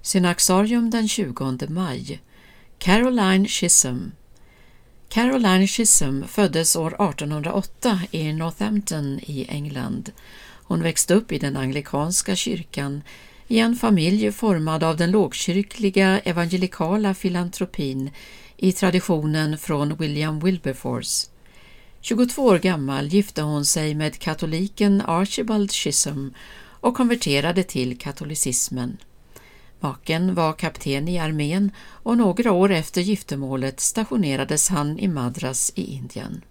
Synaxarium den 20 maj. Caroline Chisholm. Caroline Chisholm föddes år 1808 i Northampton i England. Hon växte upp i den anglikanska kyrkan i en familj formad av den lågkyrkliga evangelikala filantropin i traditionen från William Wilberforce. 22 år gammal gifte hon sig med katoliken Archibald Chisholm och konverterade till katolicismen. Maken var kapten i armén och några år efter giftermålet stationerades han i Madras i Indien.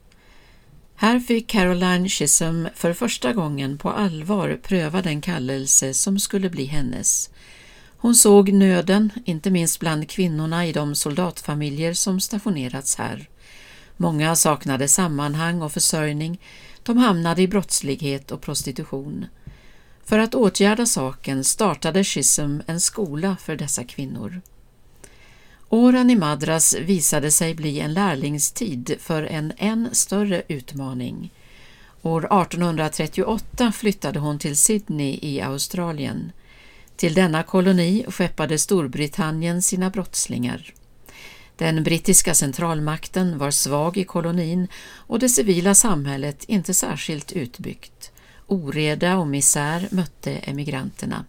Här fick Caroline Chisholm för första gången på allvar pröva den kallelse som skulle bli hennes. Hon såg nöden, inte minst bland kvinnorna i de soldatfamiljer som stationerats här. Många saknade sammanhang och försörjning, de hamnade i brottslighet och prostitution. För att åtgärda saken startade Chisholm en skola för dessa kvinnor. Åren i Madras visade sig bli en lärlingstid för en än större utmaning. År 1838 flyttade hon till Sydney i Australien. Till denna koloni skeppade Storbritannien sina brottslingar. Den brittiska centralmakten var svag i kolonin och det civila samhället inte särskilt utbyggt. Oreda och misär mötte emigranterna.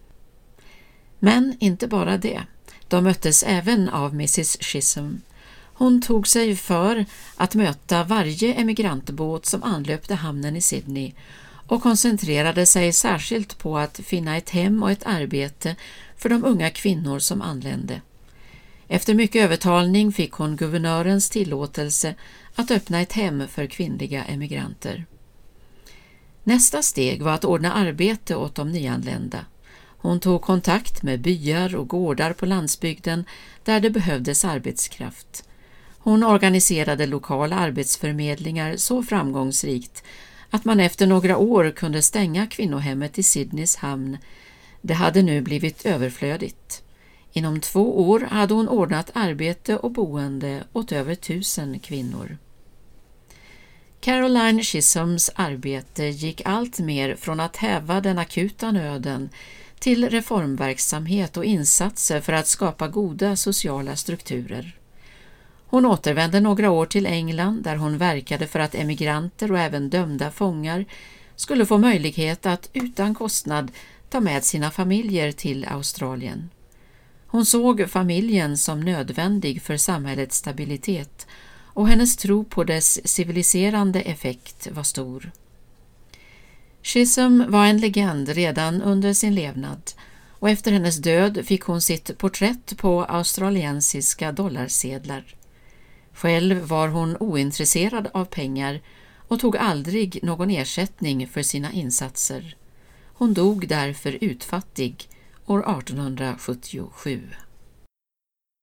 Men inte bara det. De möttes även av Mrs. Chisholm. Hon tog sig för att möta varje emigrantbåt som anlöpte hamnen i Sydney och koncentrerade sig särskilt på att finna ett hem och ett arbete för de unga kvinnor som anlände. Efter mycket övertalning fick hon guvernörens tillåtelse att öppna ett hem för kvinnliga emigranter. Nästa steg var att ordna arbete åt de nyanlända. Hon tog kontakt med byar och gårdar på landsbygden där det behövdes arbetskraft. Hon organiserade lokala arbetsförmedlingar så framgångsrikt att man efter några år kunde stänga kvinnohemmet i Sydneys hamn. Det hade nu blivit överflödigt. Inom 2 år hade hon ordnat arbete och boende åt över 1000 kvinnor. Caroline Chisholms arbete gick allt mer från att häva den akuta nöden till reformverksamhet och insatser för att skapa goda sociala strukturer. Hon återvände några år till England där hon verkade för att emigranter och även dömda fångar skulle få möjlighet att utan kostnad ta med sina familjer till Australien. Hon såg familjen som nödvändig för samhällets stabilitet och hennes tro på dess civiliserande effekt var stor. Chisholm var en legend redan under sin levnad och efter hennes död fick hon sitt porträtt på australiensiska dollarsedlar. Själv var hon ointresserad av pengar och tog aldrig någon ersättning för sina insatser. Hon dog därför utfattig år 1877.